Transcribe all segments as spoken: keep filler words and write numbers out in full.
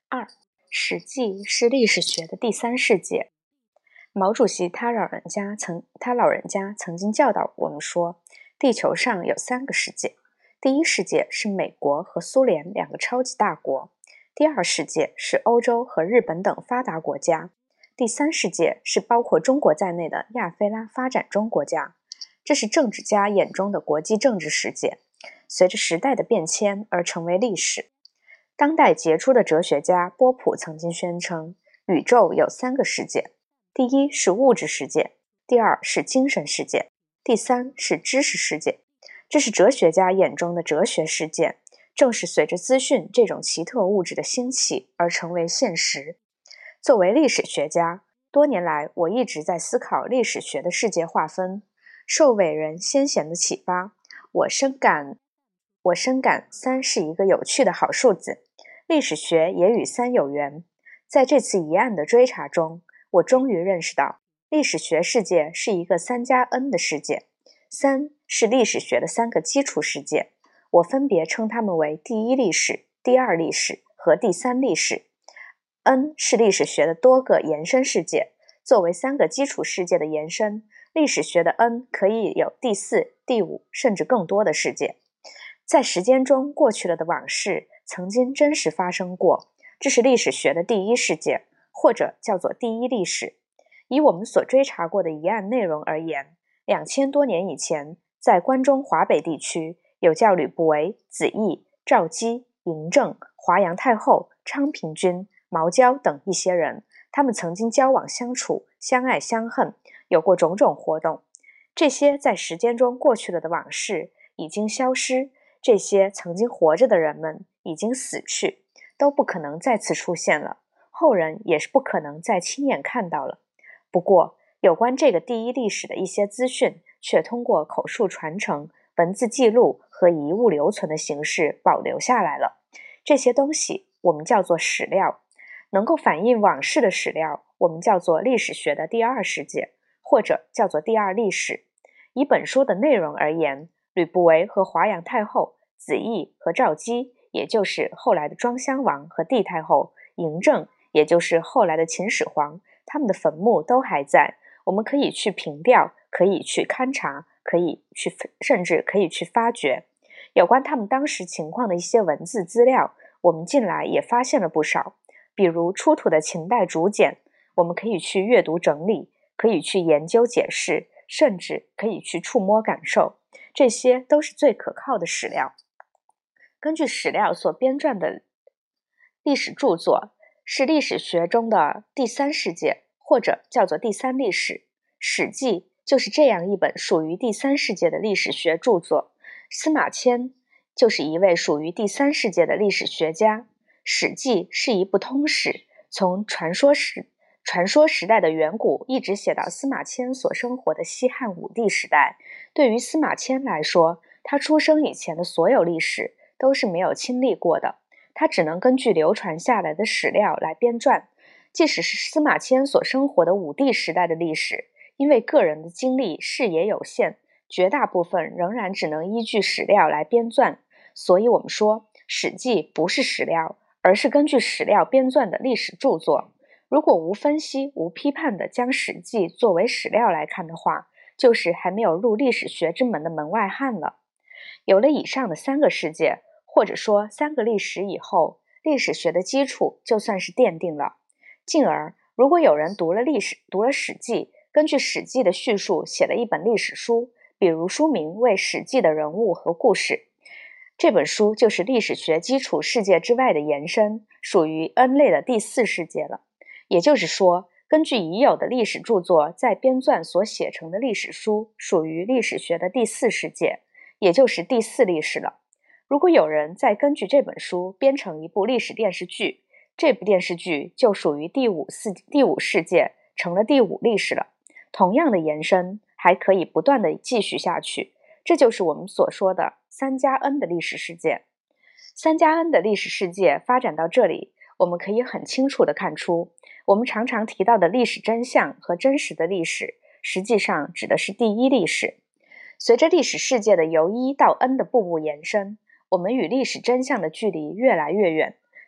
二，史记是历史学的第三世界。毛主席他老人家曾他老人家曾经教导我们说，地球上有三个世界。第一世界是美国和苏联两个超级大国，第二世界是欧洲和日本等发达国家，第三世界是包括中国在内的亚非拉发展中国家。这是政治家眼中的国际政治世界，随着时代的变迁而成为历史。当代杰出的哲学家波普曾经宣称，宇宙有三个世界，第一是物质世界，第二是精神世界，第三是知识世界。这是哲学家眼中的哲学世界，正是随着资讯这种奇特物质的兴起而成为现实。作为历史学家，多年来我一直在思考历史学的世界划分。受伟人先贤的启发，我深感我深感三是一个有趣的好数字，历史学也与三有缘。在这次疑案的追查中，我终于认识到，历史学世界是一个三加 N 的世界。三是历史学的三个基础世界，我分别称它们为第一历史、第二历史和第三历史。N 是历史学的多个延伸世界，作为三个基础世界的延伸，历史学的 N 可以有第四、第五甚至更多的世界。在时间中过去了的往事曾经真实发生过，这是历史学的第一世界，或者叫做第一历史。以我们所追查过的疑案内容而言，两千多年以前，在关中华北地区，有叫吕不韦、子义、赵姬、嬴政、华阳太后、昌平君、毛娇等一些人，他们曾经交往相处，相爱相恨，有过种种活动。这些在时间中过去了的往事已经消失，这些曾经活着的人们已经死去，都不可能再次出现了，后人也是不可能再亲眼看到了。不过，有关这个第一历史的一些资讯，却通过口述传承、文字记录和遗物留存的形式保留下来了。这些东西我们叫做史料，能够反映往事的史料，我们叫做历史学的第二世界，或者叫做第二历史。以本书的内容而言，吕不韦和华阳太后、子义和赵姬，也就是后来的庄襄王和帝太后、嬴政，也就是后来的秦始皇，他们的坟墓都还在，我们可以去凭吊，可以去勘察，可以去甚至可以去发掘。有关他们当时情况的一些文字资料，我们近来也发现了不少，比如出土的秦代竹简，我们可以去阅读整理，可以去研究解释，甚至可以去触摸感受，这些都是最可靠的史料。根据史料所编撰的历史著作，是历史学中的第三世界，或者叫做第三历史。《史记》就是这样一本属于第三世界的历史学著作。司马迁就是一位属于第三世界的历史学家。《史记》是一部通史，从传说时传说时代的远古一直写到司马迁所生活的西汉武帝时代。对于司马迁来说，他出生以前的所有历史都是没有亲历过的，他只能根据流传下来的史料来编撰。即使是司马迁所生活的武帝时代的历史，因为个人的经历视野有限，绝大部分仍然只能依据史料来编撰。所以我们说，《史记》不是史料，而是根据史料编撰的历史著作。如果无分析、无批判地将《史记》作为史料来看的话，就是还没有入历史学之门的门外汉了。有了以上的三个世界，或者说三个历史以后，历史学的基础就算是奠定了。进而，如果有人读了历史，读了《史记》，根据《史记》的叙述写了一本历史书，比如书名为《史记》的人物和故事，这本书就是历史学基础世界之外的延伸，属于 N 类的第四世界了。也就是说，根据已有的历史著作再编撰所写成的历史书，属于历史学的第四世界，也就是第四历史了。如果有人再根据这本书编成一部历史电视剧，这部电视剧就属于第五世第五世界，成了第五历史了。同样的延伸还可以不断的继续下去，这就是我们所说的三加 N 的历史世界。三加 N 的历史世界发展到这里，我们可以很清楚地看出，我们常常提到的历史真相和真实的历史，实际上指的是第一历史。随着历史世界的由一到 N 的步步延伸，我们与历史真相的距离越来越远。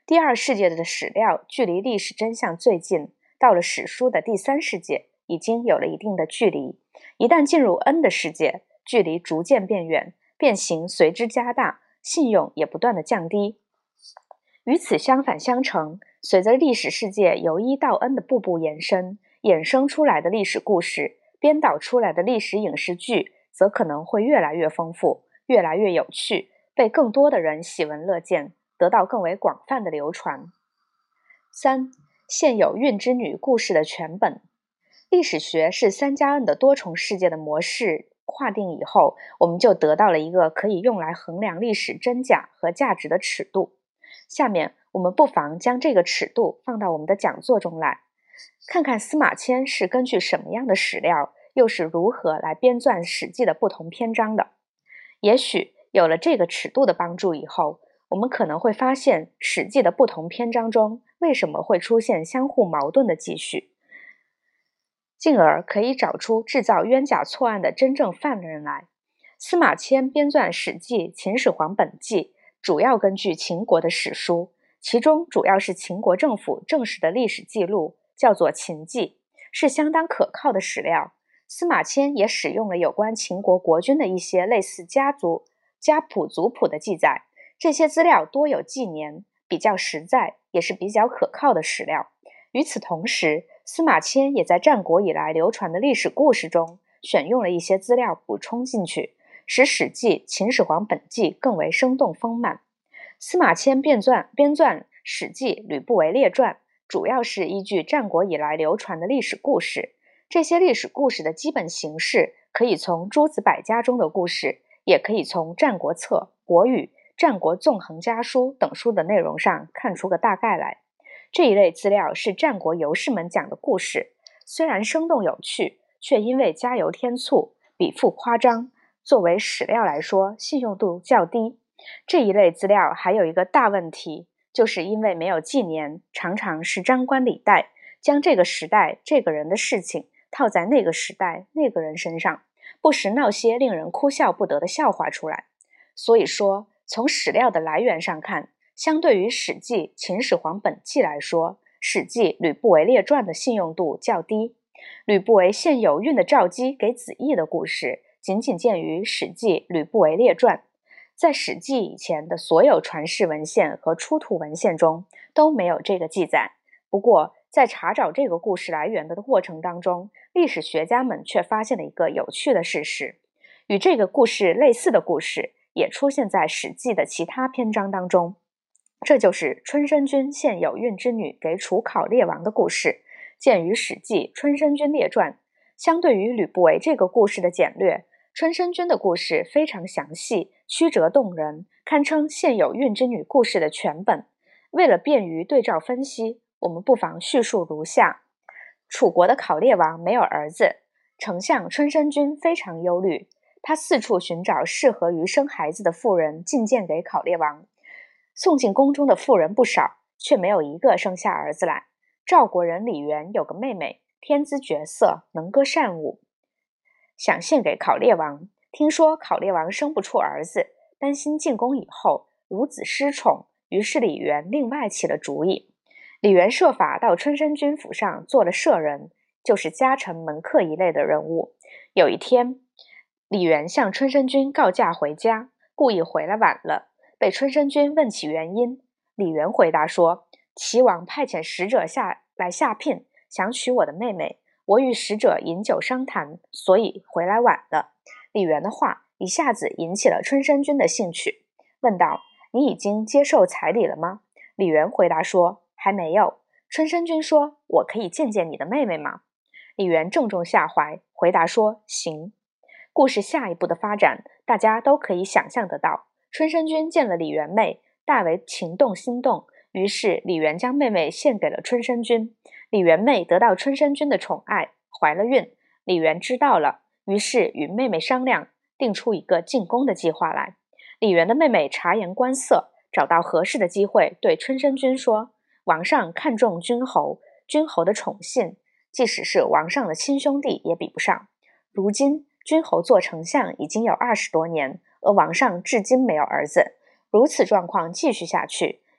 第二世界的史料距离历史真相最近，到了史书的第三世界，已经有了一定的距离。一旦进入 N 的世界，距离逐渐变远，变形随之加大，信用也不断的降低。与此相反相成，随着历史世界由一到 N 的步步延伸，衍生出来的历史故事，编导出来的历史影视剧，则可能会越来越丰富，越来越有趣，被更多的人喜闻乐见，得到更为广泛的流传。三、现有孕之女故事的全本。历史学是 三加 N 的多重世界的模式划定以后，我们就得到了一个可以用来衡量历史真假和价值的尺度。下面我们不妨将这个尺度放到我们的讲座中来，看看司马迁是根据什么样的史料，又是如何来编纂《史记》的不同篇章的。也许有了这个尺度的帮助以后，我们可能会发现《史记》的不同篇章中为什么会出现相互矛盾的记叙，进而可以找出制造冤假错案的真正犯人来。司马迁编纂《史记·秦始皇本纪》，主要根据秦国的史书，其中主要是秦国政府正式的历史记录，叫做《秦记》，是相当可靠的史料。司马迁也使用了有关秦国国君的一些类似家族、家谱族谱的记载，这些资料多有纪年，比较实在，也是比较可靠的史料。与此同时，司马迁也在战国以来流传的历史故事中选用了一些资料补充进去，使《史记·秦始皇本纪》更为生动丰满。司马迁编纂编纂《史记·吕不韦列传》，主要是依据战国以来流传的历史故事。这些历史故事的基本形式可以从诸子百家中的故事，也可以从《战国策》、《国语》、《战国纵横家书》等书的内容上看出个大概来。这一类资料是战国游士们讲的故事，虽然生动有趣，却因为加油添醋、笔赋夸张，作为史料来说信用度较低。这一类资料还有一个大问题，就是因为没有纪年，常常是张冠李戴，将这个时代这个人的事情套在那个时代那个人身上，不时闹些令人哭笑不得的笑话出来。所以说，从史料的来源上看，相对于《史记·秦始皇本纪》来说，《史记·吕不韦列传》的信用度较低。吕不韦献有孕的赵姬给子义的故事，仅仅见于《史记·吕不韦列传》。在《史记》以前的所有传世文献和出土文献中都没有这个记载。不过，在查找这个故事来源的过程当中，历史学家们却发现了一个有趣的事实：与这个故事类似的故事也出现在《史记》的其他篇章当中。这就是春申君献有孕之女给楚考烈王的故事，见于《史记·春申君列传》。相对于吕不韦这个故事的简略，春申君的故事非常详细，曲折动人，堪称献有孕之女故事的全本。为了便于对照分析，我们不妨叙述如下：楚国的考烈王没有儿子，丞相春申君非常忧虑，他四处寻找适合于生孩子的妇人进荐给考烈王。送进宫中的妇人不少，却没有一个生下儿子来。赵国人李元有个妹妹，天姿绝色，能歌善舞，想献给考烈王。听说考烈王生不出儿子，担心进宫以后无子失宠，于是李元另外起了主意。李元设法到春申君府上做了舍人，就是家臣门客一类的人物。有一天，李元向春申君告假回家，故意回来晚了，被春申君问起原因。李元回答说，齐王派遣使者下来下聘，想娶我的妹妹，我与使者饮酒商谈，所以回来晚了。李元的话一下子引起了春申君的兴趣，问道，你已经接受彩礼了吗？李元回答说，还没有。春申君说，我可以见见你的妹妹吗？李元正中下怀，回答说，行。故事下一步的发展，大家都可以想象得到。春申君见了李元妹，大为情动心动，于是李元将妹妹献给了春申君。李元妹得到春申君的宠爱，怀了孕。李元知道了，于是与妹妹商量，定出一个进宫的计划来。李元的妹妹察言观色，找到合适的机会对春申君说，王上看重君侯，君侯的宠信，即使是王上的亲兄弟也比不上。如今君侯做丞相已经有二十多年，而王上至今没有儿子，如此状况继续下去，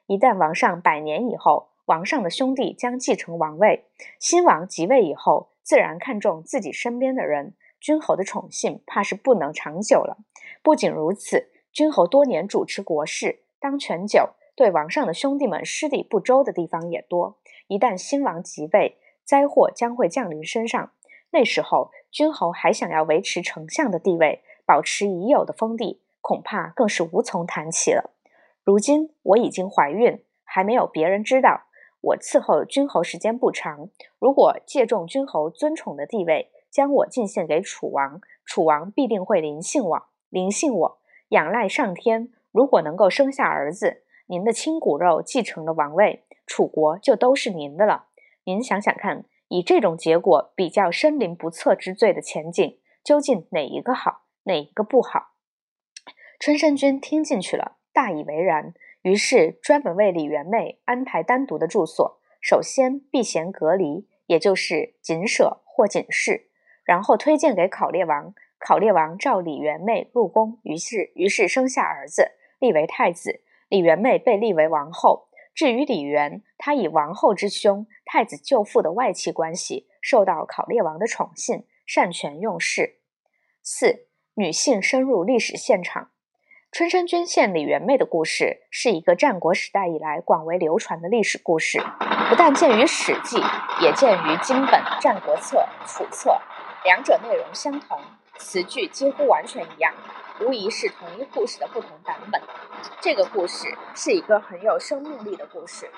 一旦王上百年以后，王上的兄弟将继承王位，新王即位以后，自然看重自己身边的人，君侯的宠幸怕是不能长久了。不仅如此，君侯多年主持国事，当权久，对王上的兄弟们施礼不周的地方也多。一旦新王即位，灾祸将会降临身上。那时候，君侯还想要维持丞相的地位，保持已有的封地，恐怕更是无从谈起了。如今我已经怀孕，还没有别人知道，我伺候君侯时间不长，如果借重君侯尊宠的地位，将我进献给楚王，楚王必定会临幸我，临幸我，仰赖上天，如果能够生下儿子，您的亲骨肉继承了王位，楚国就都是您的了。您想想看，以这种结果比较生灵不测之罪的前景，究竟哪一个好，哪一个不好？春申君听进去了，大以为然，于是专门为李元妹安排单独的住所，首先避嫌隔离，也就是锦舍或锦室，然后推荐给考烈王，考烈王召李元妹入宫，于是于是生下儿子，立为太子，李元妹被立为王后。至于李元，他以王后之兄太子舅父的外戚关系，受到考烈王的宠信，擅权用事。四、女性深入历史现场。春申君献李元妹的故事是一个战国时代以来广为流传的历史故事，不但见于《史记》，也见于今本《战国策》《楚策》，两者内容相同，词句几乎完全一样，无疑是同一故事的不同版本。这个故事是一个很有生命力的故事，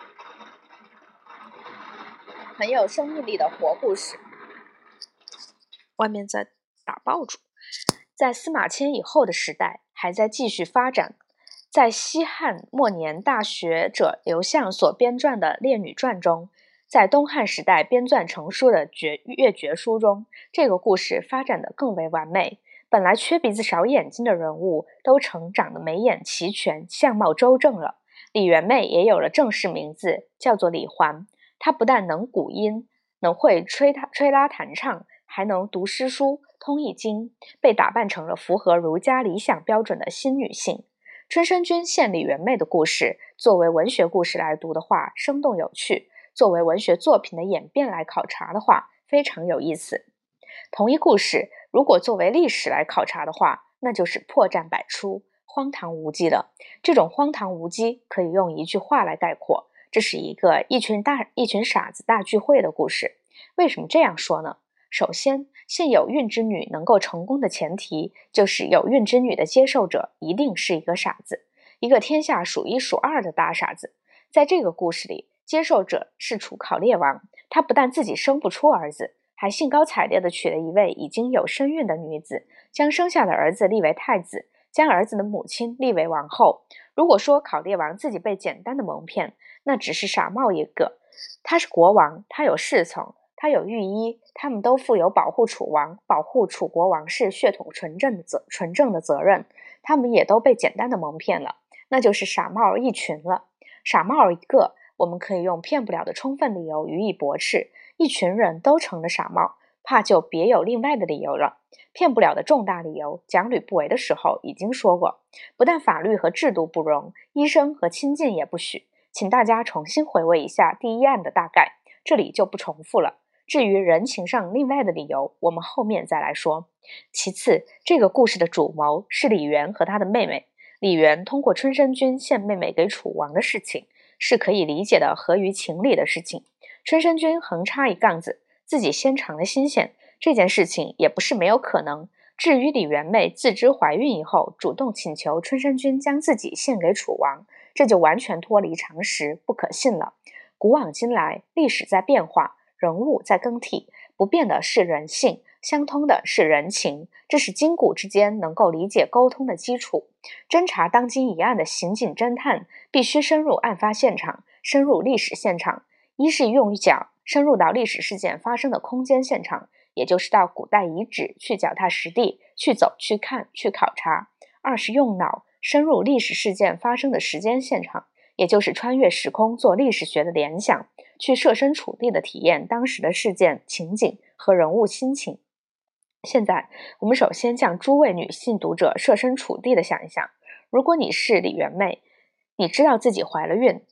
很有生命力的活故事。外面在打爆竹。在司马迁以后的时代，还在继续发展。在西汉末年大学者刘向所编撰的《列女传》中，在东汉时代编撰成书的绝乐绝书中，这个故事发展得更为完美。本来缺鼻子少眼睛的人物，都成长得眉眼齐全，相貌周正了。李元妹也有了正式名字，叫做李环。她不但能古音，能会吹吹拉弹唱，还能读诗书，通易经，被打扮成了符合儒家理想标准的新女性。春申君献李元妹的故事，作为文学故事来读的话，生动有趣；作为文学作品的演变来考察的话，非常有意思。同一故事，如果作为历史来考察的话，那就是破绽百出，荒唐无稽了。这种荒唐无稽可以用一句话来概括，这是一个一群大一群傻子大聚会的故事。为什么这样说呢？首先，现有孕之女能够成功的前提，就是有孕之女的接受者一定是一个傻子，一个天下数一数二的大傻子。在这个故事里，接受者是楚考烈王，他不但自己生不出儿子，还兴高采烈地娶了一位已经有身孕的女子，将生下的儿子立为太子，将儿子的母亲立为王后。如果说考烈王自己被简单的蒙骗，那只是傻帽一个。他是国王，他有侍从，他有御医，他们都负有保护楚王、保护楚国王室血统纯正的责纯正的责任，他们也都被简单的蒙骗了，那就是傻帽一群了。傻帽一个，我们可以用骗不了的充分理由予以驳斥，一群人都成了傻帽，怕就别有另外的理由了。骗不了的重大理由，讲吕不韦的时候已经说过，不但法律和制度不容，医生和亲近也不许。请大家重新回味一下第一案的大概，这里就不重复了。至于人情上另外的理由，我们后面再来说。其次，这个故事的主谋是李元和他的妹妹。李元通过春申君献妹妹给楚王的事情，是可以理解的合于情理的事情。春申君横插一杠子，自己先尝了新鲜，这件事情也不是没有可能。至于李元妹自知怀孕以后，主动请求春申君将自己献给楚王，这就完全脱离常识，不可信了。古往今来，历史在变化，人物在更替，不变的是人性，相通的是人情，这是今古之间能够理解沟通的基础。侦查当今一案的刑警侦探，必须深入案发现场，深入历史现场。一是用脚深入到历史事件发生的空间现场，也就是到古代遗址去脚踏实地，去走去看去考察。二是用脑深入历史事件发生的时间现场，也就是穿越时空做历史学的联想，去设身处地的体验当时的事件情景和人物心情。现在我们首先向诸位女性读者设身处地的想一想，如果你是李元妹，你知道自己怀了孕，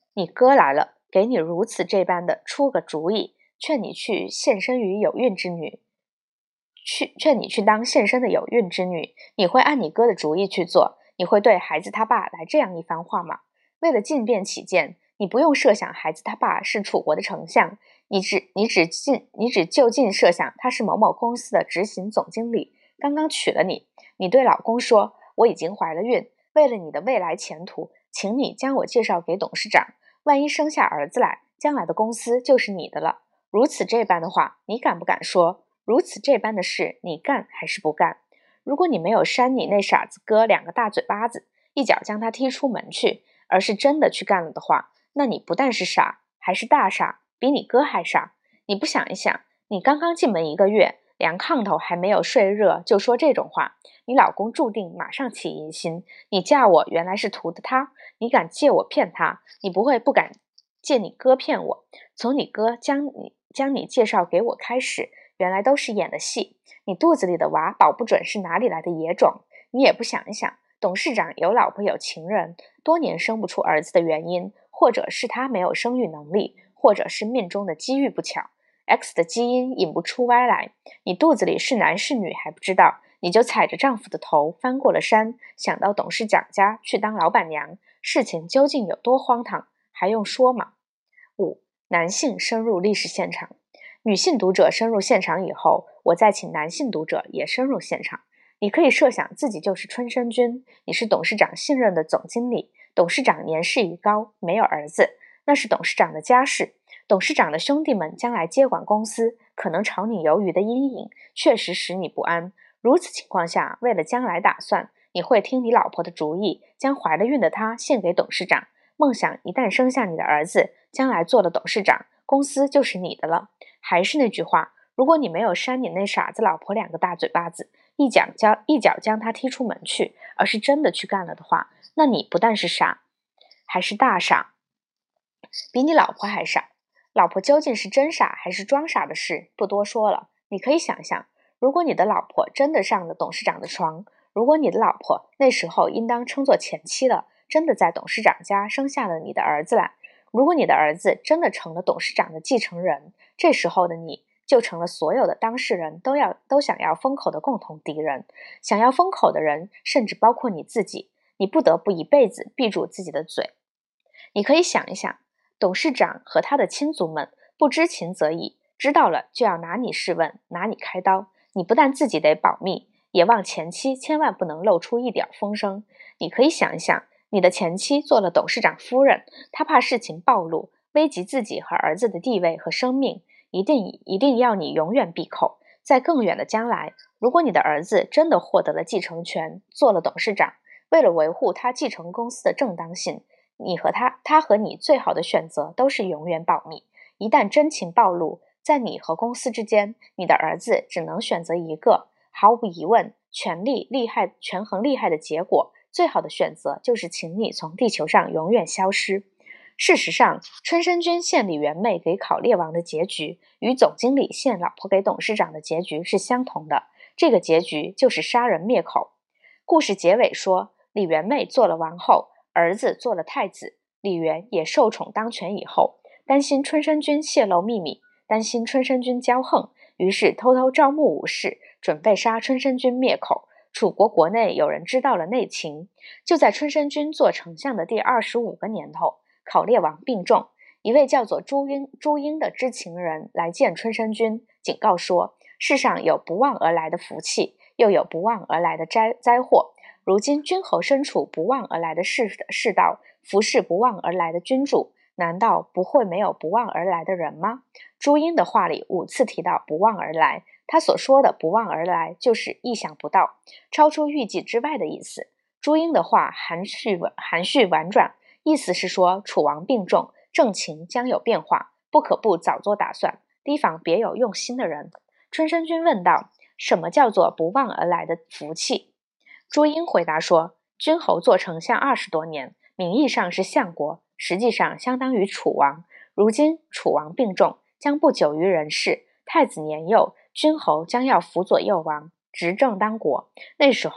你哥来了，给你如此这般的出个主意，劝你去献身于有孕之女，去劝你去当献身的有孕之女，你会按你哥的主意去做？你会对孩子他爸来这样一番话吗？为了进便起见，你不用设想孩子他爸是楚国的丞相，你只你只近你只就近设想他是某某公司的执行总经理，刚刚娶了你。你对老公说，我已经怀了孕，为了你的未来前途，请你将我介绍给董事长，万一生下儿子来，将来的公司就是你的了。如此这般的话，你敢不敢说？如此这般的事，你干还是不干？如果你没有扇你那傻子哥两个大嘴巴子，一脚将他踢出门去，而是真的去干了的话，那你不但是傻，还是大傻，比你哥还傻。你不想一想，你刚刚进门一个月，连炕头还没有睡热，就说这种话，你老公注定马上起疑心。你嫁我原来是图的他，你敢借我骗他，你不会不敢借你哥骗我。从你哥将你将你介绍给我开始，原来都是演的戏。你肚子里的娃保不准是哪里来的野种，你也不想一想，董事长有老婆有情人，多年生不出儿子的原因，或者是他没有生育能力，或者是命中的机遇不巧。X 的基因引不出 Y 来，你肚子里是男是女还不知道，你就踩着丈夫的头翻过了山，想到董事长家去当老板娘，事情究竟有多荒唐，还用说吗？五、男性深入历史现场。女性读者深入现场以后，我再请男性读者也深入现场。你可以设想自己就是春申君，你是董事长信任的总经理，董事长年事已高，没有儿子，那是董事长的家事。董事长的兄弟们将来接管公司，可能朝你游鱼的阴影确实使你不安。如此情况下，为了将来打算，你会听你老婆的主意，将怀了孕的她献给董事长，梦想一旦生下你的儿子，将来做了董事长，公司就是你的了。还是那句话，如果你没有扇你那傻子老婆两个大嘴巴子，一脚将一脚将他踢出门去，而是真的去干了的话，那你不但是傻，还是大傻，比你老婆还傻。老婆究竟是真傻还是装傻的事，不多说了。你可以想象，如果你的老婆真的上了董事长的床，如果你的老婆那时候应当称作前妻了，真的在董事长家生下了你的儿子来，如果你的儿子真的成了董事长的继承人，这时候的你就成了所有的当事人都要都想要封口的共同敌人。想要封口的人甚至包括你自己，你不得不一辈子闭住自己的嘴。你可以想一想，董事长和他的亲族们不知情则已，知道了就要拿你试问，拿你开刀。你不但自己得保密，也望前妻千万不能露出一点风声。你可以想一想，你的前妻做了董事长夫人，她怕事情暴露，危及自己和儿子的地位和生命，一定一定要你永远闭口。在更远的将来，如果你的儿子真的获得了继承权，做了董事长，为了维护他继承公司的正当性，你和他，他和你最好的选择都是永远保密。一旦真情暴露，在你和公司之间，你的儿子只能选择一个。毫无疑问，权力利害权衡利害的结果，最好的选择就是请你从地球上永远消失。事实上，春申君献李元妹给考烈王的结局，与总经理献老婆给董事长的结局是相同的。这个结局就是杀人灭口。故事结尾说，李元妹做了王后，儿子做了太子，李元也受宠当权以后，担心春申君泄露秘密，担心春申君骄横，于是偷偷招募武士，准备杀春申君灭口。楚国国内有人知道了内情，就在春申君做丞相的第二十五个年头，考烈王病重，一位叫做朱英朱英的知情人来见春申君，警告说，世上有不望而来的福气，又有不望而来的灾灾祸。如今君侯身处不望而来的世世道，服侍不望而来的君主，难道不会没有不望而来的人吗？朱英的话里五次提到不望而来，他所说的不望而来就是意想不到，超出预计之外的意思。朱英的话含蓄含蓄婉转，意思是说楚王病重，政情将有变化，不可不早做打算，提防别有用心的人。春申君问道，什么叫做不望而来的福气？朱英回答说，君侯做丞相二十多年，名义上是相国，实际上相当于楚王。如今楚王病重，将不久于人世，太子年幼，君侯将要辅佐幼王，执政当国。那时候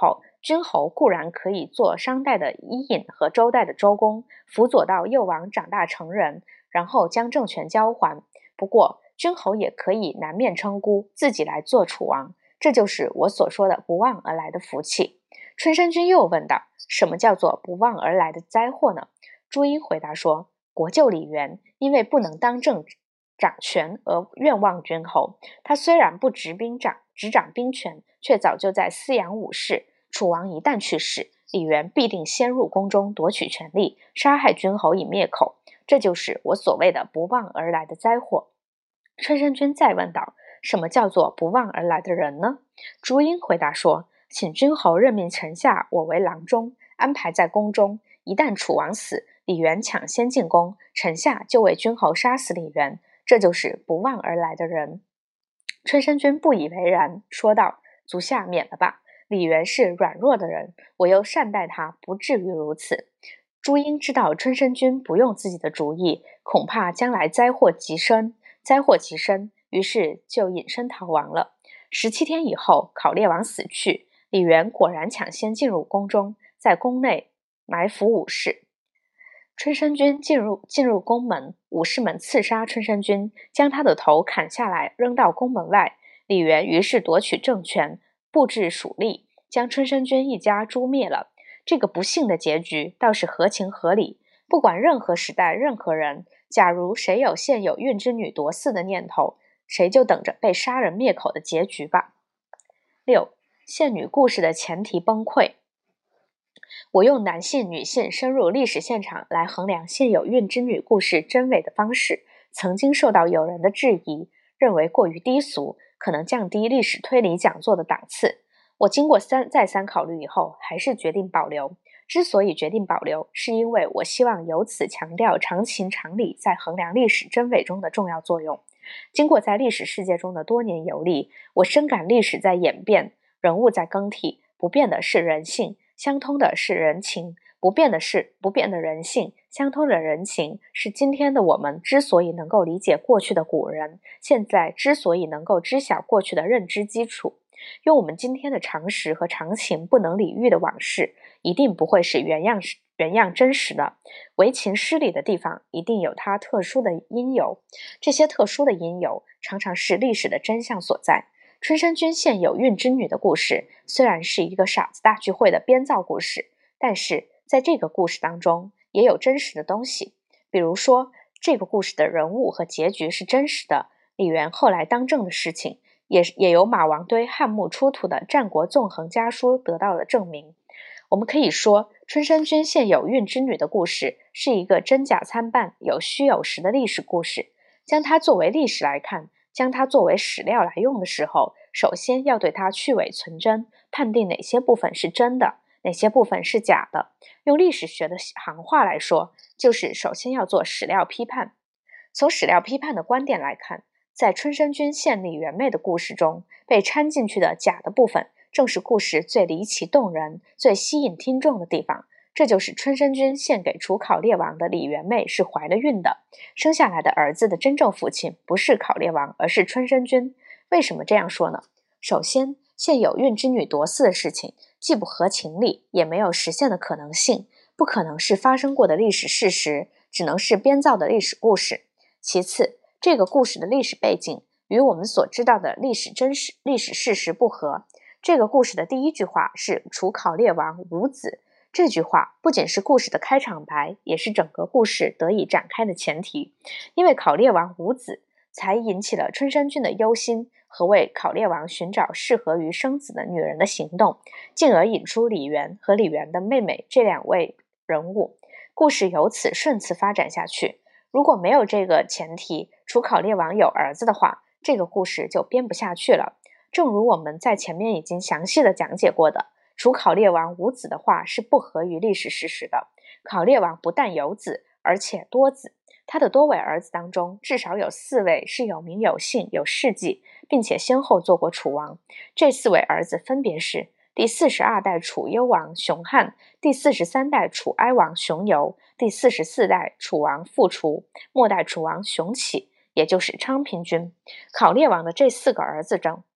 君侯固然可以做商代的伊尹和周代的周公，辅佐到幼王长大成人，然后将政权交还。不过，君侯也可以南面称孤，自己来做楚王，这就是我所说的不望而来的福气。春申君又问道：什么叫做不望而来的灾祸呢？朱茵回答说：国舅李元因为不能当政掌权而愿望君侯，他虽然不执兵掌执掌兵权，却早就在饲养武士。楚王一旦去世，李元必定先入宫中夺取权力，杀害君侯以灭口，这就是我所谓的不望而来的灾祸。春申君再问道：什么叫做不望而来的人呢？朱茵回答说：请君侯任命臣下我为郎中，安排在宫中，一旦楚王死，李元抢先进宫，臣下就为君侯杀死李元，这就是不望而来的人。春申君不以为然，说道：足下免了吧，李元是软弱的人，我又善待他，不至于如此。朱茵知道春申君不用自己的主意，恐怕将来灾祸极深，灾祸极深，于是就隐身逃亡了。十七天以后，考烈王死去，李元果然抢先进入宫中，在宫内埋伏武士。春申君进入进入宫门，武士们刺杀春申君，将他的头砍下来扔到宫门外。李元于是夺取政权，布置属吏，将春申君一家诛灭了。这个不幸的结局倒是合情合理。不管任何时代任何人，假如谁有陷有孕之女夺嗣的念头，谁就等着被杀人灭口的结局吧。六、献女故事的前提崩溃。我用男性女性深入历史现场来衡量现有孕之女故事真伪的方式，曾经受到有人的质疑，认为过于低俗，可能降低历史推理讲座的档次。我经过三再三考虑以后，还是决定保留。之所以决定保留，是因为我希望由此强调常情常理在衡量历史真伪中的重要作用。经过在历史世界中的多年游历，我深感历史在演变，人物在更替，不变的是人性，相通的是人情，不变的是不变的人性，相通的人情，是今天的我们之所以能够理解过去的古人，现在之所以能够知晓过去的认知基础。用我们今天的常识和常情不能理喻的往事，一定不会是原样原样真实的。为情失礼的地方，一定有它特殊的因由。这些特殊的因由，常常是历史的真相所在。春申君献有孕之女的故事，虽然是一个傻子大聚会的编造故事，但是在这个故事当中，也有真实的东西。比如说，这个故事的人物和结局是真实的，李元后来当政的事情，也也由马王堆汉墓出土的《战国纵横家书》得到了证明。我们可以说，春申君献有孕之女的故事是一个真假参半、有虚有实的历史故事。将它作为历史来看，将它作为史料来用的时候，首先要对它去伪存真，判定哪些部分是真的，哪些部分是假的。用历史学的行话来说，就是首先要做史料批判。从史料批判的观点来看，在春申君献李元妹的故事中，被掺进去的假的部分，正是故事最离奇动人、最吸引听众的地方。这就是春申君献给楚考烈王的李元妹是怀了孕的，生下来的儿子的真正父亲不是考烈王，而是春申君。为什么这样说呢？首先，献有孕之女夺嗣的事情，既不合情理，也没有实现的可能性，不可能是发生过的历史事实，只能是编造的历史故事。其次，这个故事的历史背景与我们所知道的历史真实历史事实不合。这个故事的第一句话是楚考烈王无子，这句话不仅是故事的开场白，也是整个故事得以展开的前提。因为考烈王无子，才引起了春申君的忧心和为考烈王寻找适合于生子的女人的行动，进而引出李元和李元的妹妹这两位人物。故事由此顺次发展下去。如果没有这个前提，楚考烈王有儿子的话，这个故事就编不下去了。正如我们在前面已经详细的讲解过的，楚考烈王无子的话是不合于历史事实的。考烈王不但有子，而且多子。他的多位儿子当中，至少有四位是有名有姓有事迹，并且先后做过楚王。这四位儿子分别是第四十二代楚幽王熊汉，第四十三代楚哀王熊由，第四十四代楚王傅除，末代楚王熊起，也就是昌平君。考烈王的这四个儿子中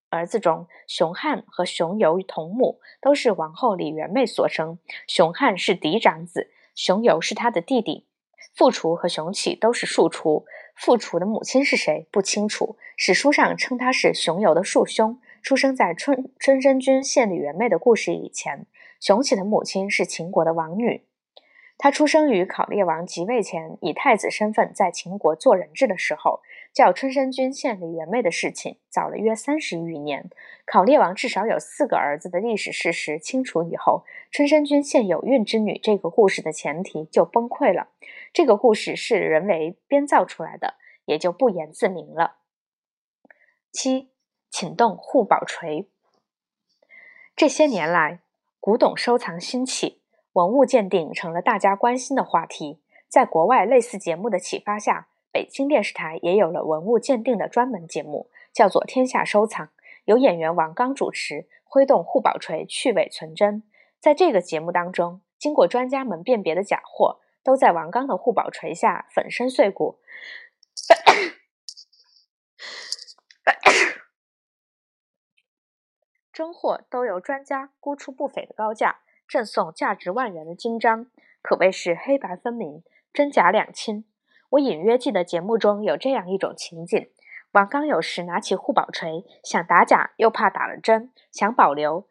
儿子中，熊汉和熊由同母，都是王后李元妹所生。熊汉是嫡长子，熊由是他的弟弟。傅厨和熊起都是庶出，傅厨的母亲是谁不清楚，史书上称他是熊由的庶兄，出生在春春申君献李元妹的故事以前。熊起的母亲是秦国的王女，他出生于考烈王即位前，以太子身份在秦国做人质的时候。叫春申君献李元妹的事情早了约三十余年，考烈王至少有四个儿子的历史事实清楚以后，春申君献有孕之女这个故事的前提就崩溃了。这个故事是人为编造出来的，也就不言自明了。七，请动护宝锤。这些年来，古董收藏兴起，文物鉴定成了大家关心的话题。在国外类似节目的启发下，北京电视台也有了文物鉴定的专门节目，叫做《天下收藏》，由演员王刚主持，挥动护宝锤去伪存真。在这个节目当中，经过专家们辨别的假货，都在王刚的护宝锤下粉身碎骨。真货都由专家估出不菲的高价，赠送价值万元的金章，可谓是黑白分明，真假两清。我隐约记得节目中有这样一种情景，王刚有时拿起护宝锤，想打假又怕打了真，想保留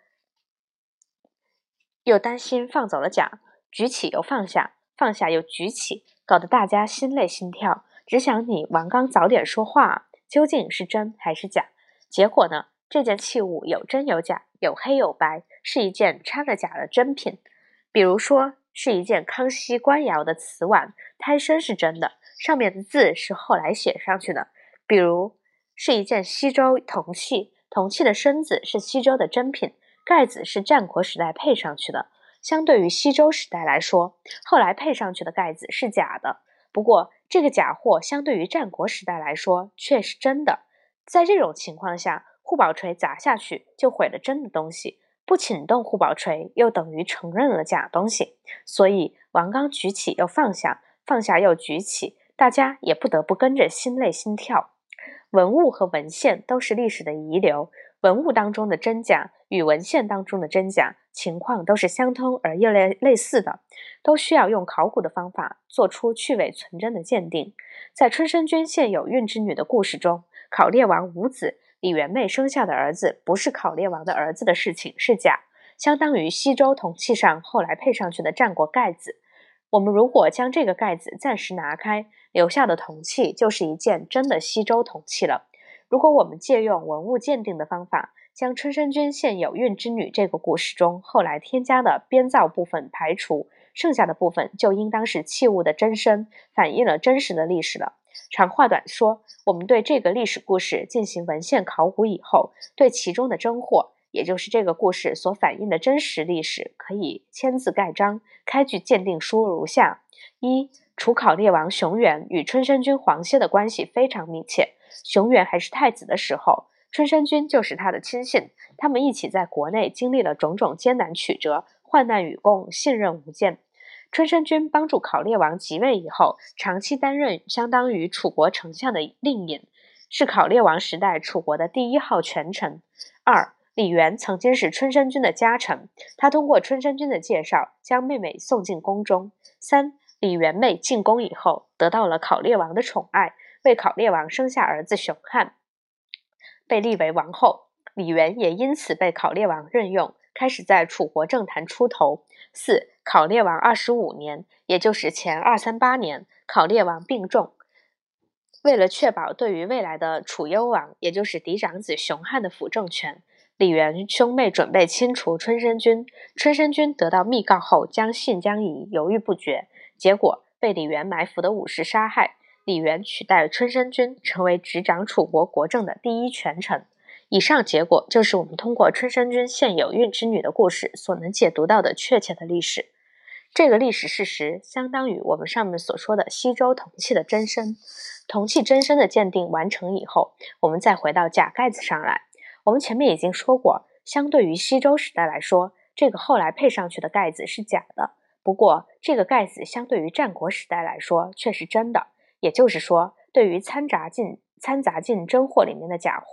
又担心放走了假，举起又放下，放下又举起，搞得大家心累心跳，只想你王刚早点说话，究竟是真还是假？结果呢，这件器物有真有假，有黑有白，是一件掺了假的真品。比如说，是一件康熙官窑的瓷碗，胎身是真的，上面的字是后来写上去的。比如是一件西周铜器，铜器的身子是西周的真品，盖子是战国时代配上去的。相对于西周时代来说，后来配上去的盖子是假的，不过这个假货相对于战国时代来说却是真的。在这种情况下，护宝锤砸下去就毁了真的东西，不请动护宝锤又等于承认了假东西，所以王刚举起又放下，放下又举起，大家也不得不跟着心累心跳。文物和文献都是历史的遗留，文物当中的真假与文献当中的真假情况都是相通而又类类似的，都需要用考古的方法做出去伪存真的鉴定。在春申君献有孕之女的故事中，考烈王无子，李元妹生下的儿子不是考烈王的儿子的事情是假，相当于西周铜器上后来配上去的战国盖子。我们如果将这个盖子暂时拿开，留下的铜器就是一件真的西周铜器了。如果我们借用文物鉴定的方法，将春申君献有孕之女这个故事中后来添加的编造部分排除，剩下的部分就应当是器物的真身，反映了真实的历史了。长话短说，我们对这个历史故事进行文献考古以后，对其中的真货，也就是这个故事所反映的真实历史，可以签字盖章。开具鉴定书如下：一、楚考烈王熊元与春申君黄歇的关系非常密切，熊元还是太子的时候，春申君就是他的亲信，他们一起在国内经历了种种艰难曲折，患难与共，信任无间。春申君帮助考烈王即位以后，长期担任相当于楚国丞相的令尹，是考烈王时代楚国的第一号权臣。二、李元曾经是春申君的家臣，他通过春申君的介绍，将妹妹送进宫中。三、李元妹进宫以后，得到了考烈王的宠爱，为考烈王生下儿子熊汉，被立为王后。李元也因此被考烈王任用，开始在楚国政坛出头。四、考烈王二十五年，也就是前二三八年，考烈王病重。为了确保对于未来的楚幽王，也就是嫡长子熊汉的辅政权，李元兄妹准备清除春申君。春申君得到密告后，将信将疑，犹豫不决，结果被李元埋伏的武士杀害。李元取代春申君，成为执掌楚国国政的第一权臣。以上结果就是我们通过春申君献有孕之女的故事所能解读到的确切的历史。这个历史事实相当于我们上面所说的西周铜器的真身。铜器真身的鉴定完成以后，我们再回到假盖子上来。我们前面已经说过，相对于西周时代来说，这个后来配上去的盖子是假的，不过这个盖子相对于战国时代来说却是真的。也就是说，对于掺杂进掺杂进真货里面的假货，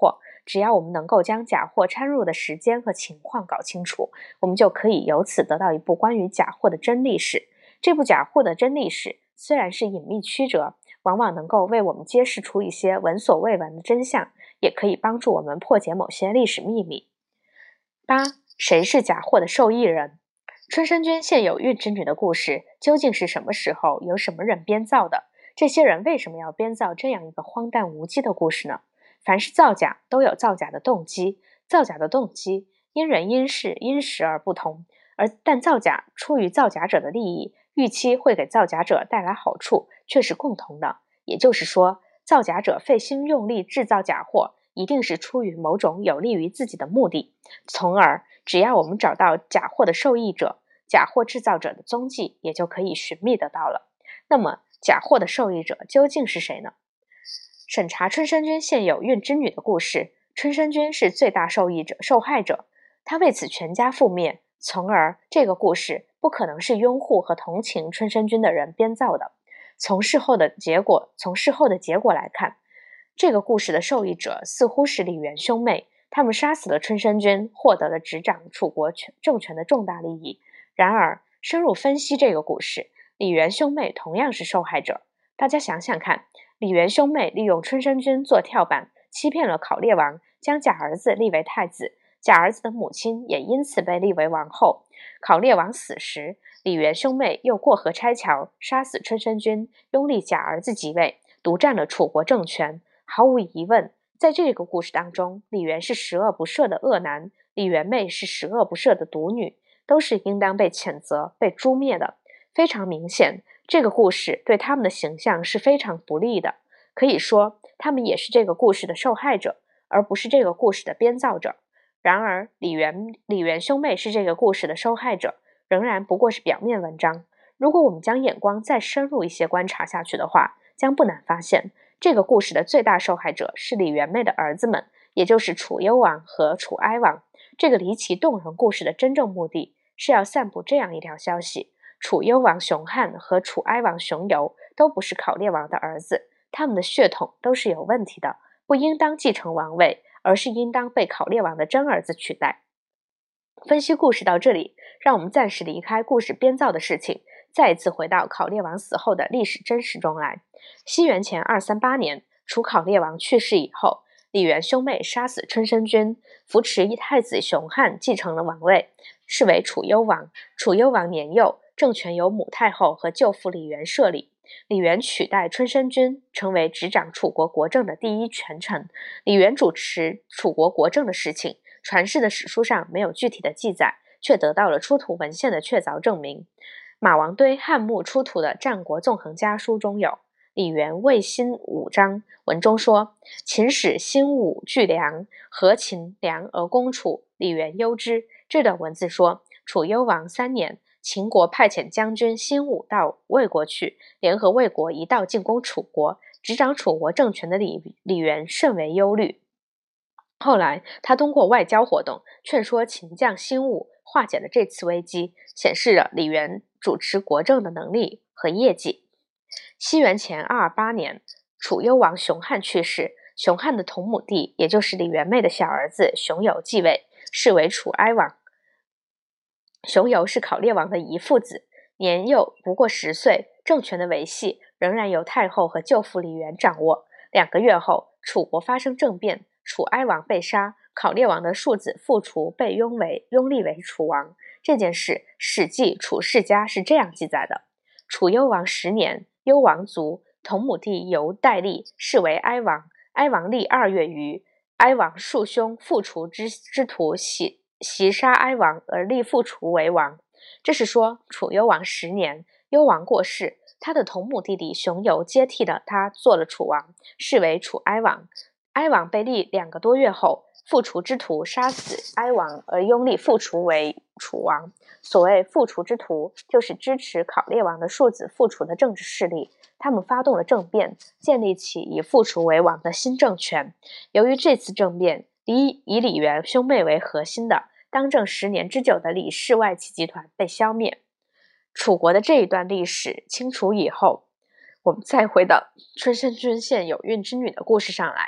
只要我们能够将假货掺入的时间和情况搞清楚，我们就可以由此得到一部关于假货的真历史。这部假货的真历史虽然是隐秘曲折，往往能够为我们揭示出一些闻所未闻的真相，也可以帮助我们破解某些历史秘密。八、谁是假货的受益人？春申君献有孕之女的故事究竟是什么时候由什么人编造的？这些人为什么要编造这样一个荒诞无稽的故事呢？凡是造假都有造假的动机，造假的动机因人因事因时而不同，而但造假出于造假者的利益，预期会给造假者带来好处，却是共同的。也就是说，造假者费心用力制造假货，一定是出于某种有利于自己的目的，从而只要我们找到假货的受益者，假货制造者的踪迹也就可以寻觅得到了。那么假货的受益者究竟是谁呢？审查春申君献有孕之女的故事，春申君是最大受益者、受害者，他为此全家覆灭，从而这个故事不可能是拥护和同情春申君的人编造的。从事后的结果，从事后的结果来看，这个故事的受益者似乎是李元兄妹，他们杀死了春申君，获得了执掌楚国政权的重大利益。然而，深入分析这个故事，李元兄妹同样是受害者。大家想想看，李元兄妹利用春申君做跳板，欺骗了考烈王，将假儿子立为太子，假儿子的母亲也因此被立为王后。考烈王死时，李元兄妹又过河拆桥，杀死春申君，拥立假儿子即位，独占了楚国政权。毫无疑问，在这个故事当中，李元是十恶不赦的恶男，李元妹是十恶不赦的毒女，都是应当被谴责、被诛灭的。非常明显，这个故事对他们的形象是非常不利的，可以说他们也是这个故事的受害者，而不是这个故事的编造者。然而李元李元兄妹是这个故事的受害者，仍然不过是表面文章。如果我们将眼光再深入一些观察下去的话，将不难发现，这个故事的最大受害者是李元妹的儿子们，也就是楚幽王和楚哀王。这个离奇动人故事的真正目的是要散布这样一条消息：楚幽王熊汉和楚哀王熊由都不是考烈王的儿子，他们的血统都是有问题的，不应当继承王位，而是应当被考烈王的真儿子取代。分析故事到这里，让我们暂时离开故事编造的事情，再一次回到考烈王死后的历史真实中来。西元前二三八年，楚考烈王去世以后，李元兄妹杀死春申君，扶持太子熊汉继承了王位，是为楚幽王。楚幽王年幼，政权由母太后和舅父李元设立。李元取代春申君，成为执掌楚国国政的第一权臣。李元主持楚国国政的事情，传世的史书上没有具体的记载，却得到了出土文献的确凿证明。马王堆汉墓出土的《战国纵横家书》中有李元魏辛武章，文中说：秦使辛武拒梁，和秦梁而攻楚，李元忧之。这段文字说，楚幽王三年，秦国派遣将军辛武到魏国去，联合魏国一道进攻楚国，执掌楚国政权的李李元甚为忧虑。后来他通过外交活动劝说秦将辛武，化解了这次危机，显示了李元主持国政的能力和业绩。西元前二二八年，楚幽王熊汉去世，熊汉的同母弟，也就是李元妹的小儿子熊由继位，是为楚哀王。熊由是考烈王的遗父子，年幼不过十岁，政权的维系仍然由太后和舅父李元掌握。两个月后，楚国发生政变，楚哀王被杀，考烈王的庶子傅楚被拥为拥立为楚王。这件事，《史记·楚世家》是这样记载的：楚幽王十年，幽王卒，同母弟由代立，是为哀王。哀王历二月余，哀王庶兄傅楚之之徒袭袭杀哀王，而立傅楚为王。这是说，楚幽王十年，幽王过世，他的同母弟弟熊由接替了他做了楚王，是为楚哀王。哀王被立两个多月后，傅楚之徒杀死哀王，而拥立傅楚为楚王。所谓傅楚之徒，就是支持考烈王的庶子傅楚的政治势力，他们发动了政变，建立起以傅楚为王的新政权。由于这次政变，以以李元兄妹为核心的当政十年之久的李氏外戚集团被消灭。楚国的这一段历史清除以后，我们再回到春申君献有孕之女的故事上来。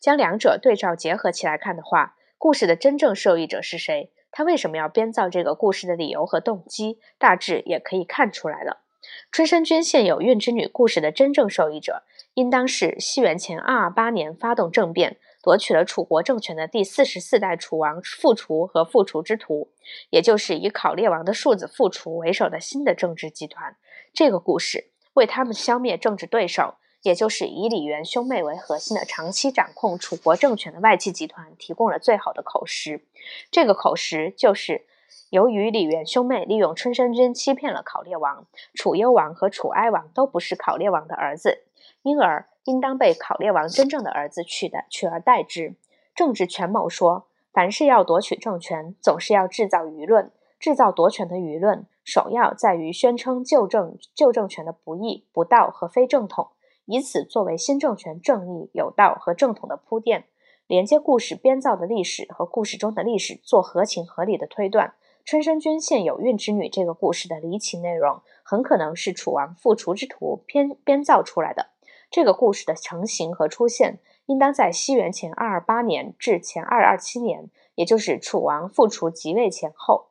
将两者对照结合起来看的话，故事的真正受益者是谁？他为什么要编造这个故事的理由和动机，大致也可以看出来了。春申君献有孕之女故事的真正受益者，应当是西元前二二八年发动政变，夺取了楚国政权的第四十四代楚王傅除和傅除之徒，也就是以考烈王的庶子傅除为首的新的政治集团。这个故事为他们消灭政治对手，也就是以李元兄妹为核心的长期掌控楚国政权的外戚集团提供了最好的口实。这个口实就是，由于李元兄妹利用春申君欺骗了考烈王，楚幽王和楚哀王都不是考烈王的儿子，因而应当被考烈王真正的儿子取的取而代之。政治权谋说，凡是要夺取政权，总是要制造舆论，制造夺权的舆论，首要在于宣称旧政旧政权的不义、不道和非正统，以此作为新政权正义、有道和正统的铺垫，连接故事编造的历史和故事中的历史，做合情合理的推断。春申君献有孕之女这个故事的离奇内容，很可能是楚王傅除之徒编编造出来的。这个故事的成型和出现，应当在西元前二二八年至前二二七年，也就是楚王傅除即位前后。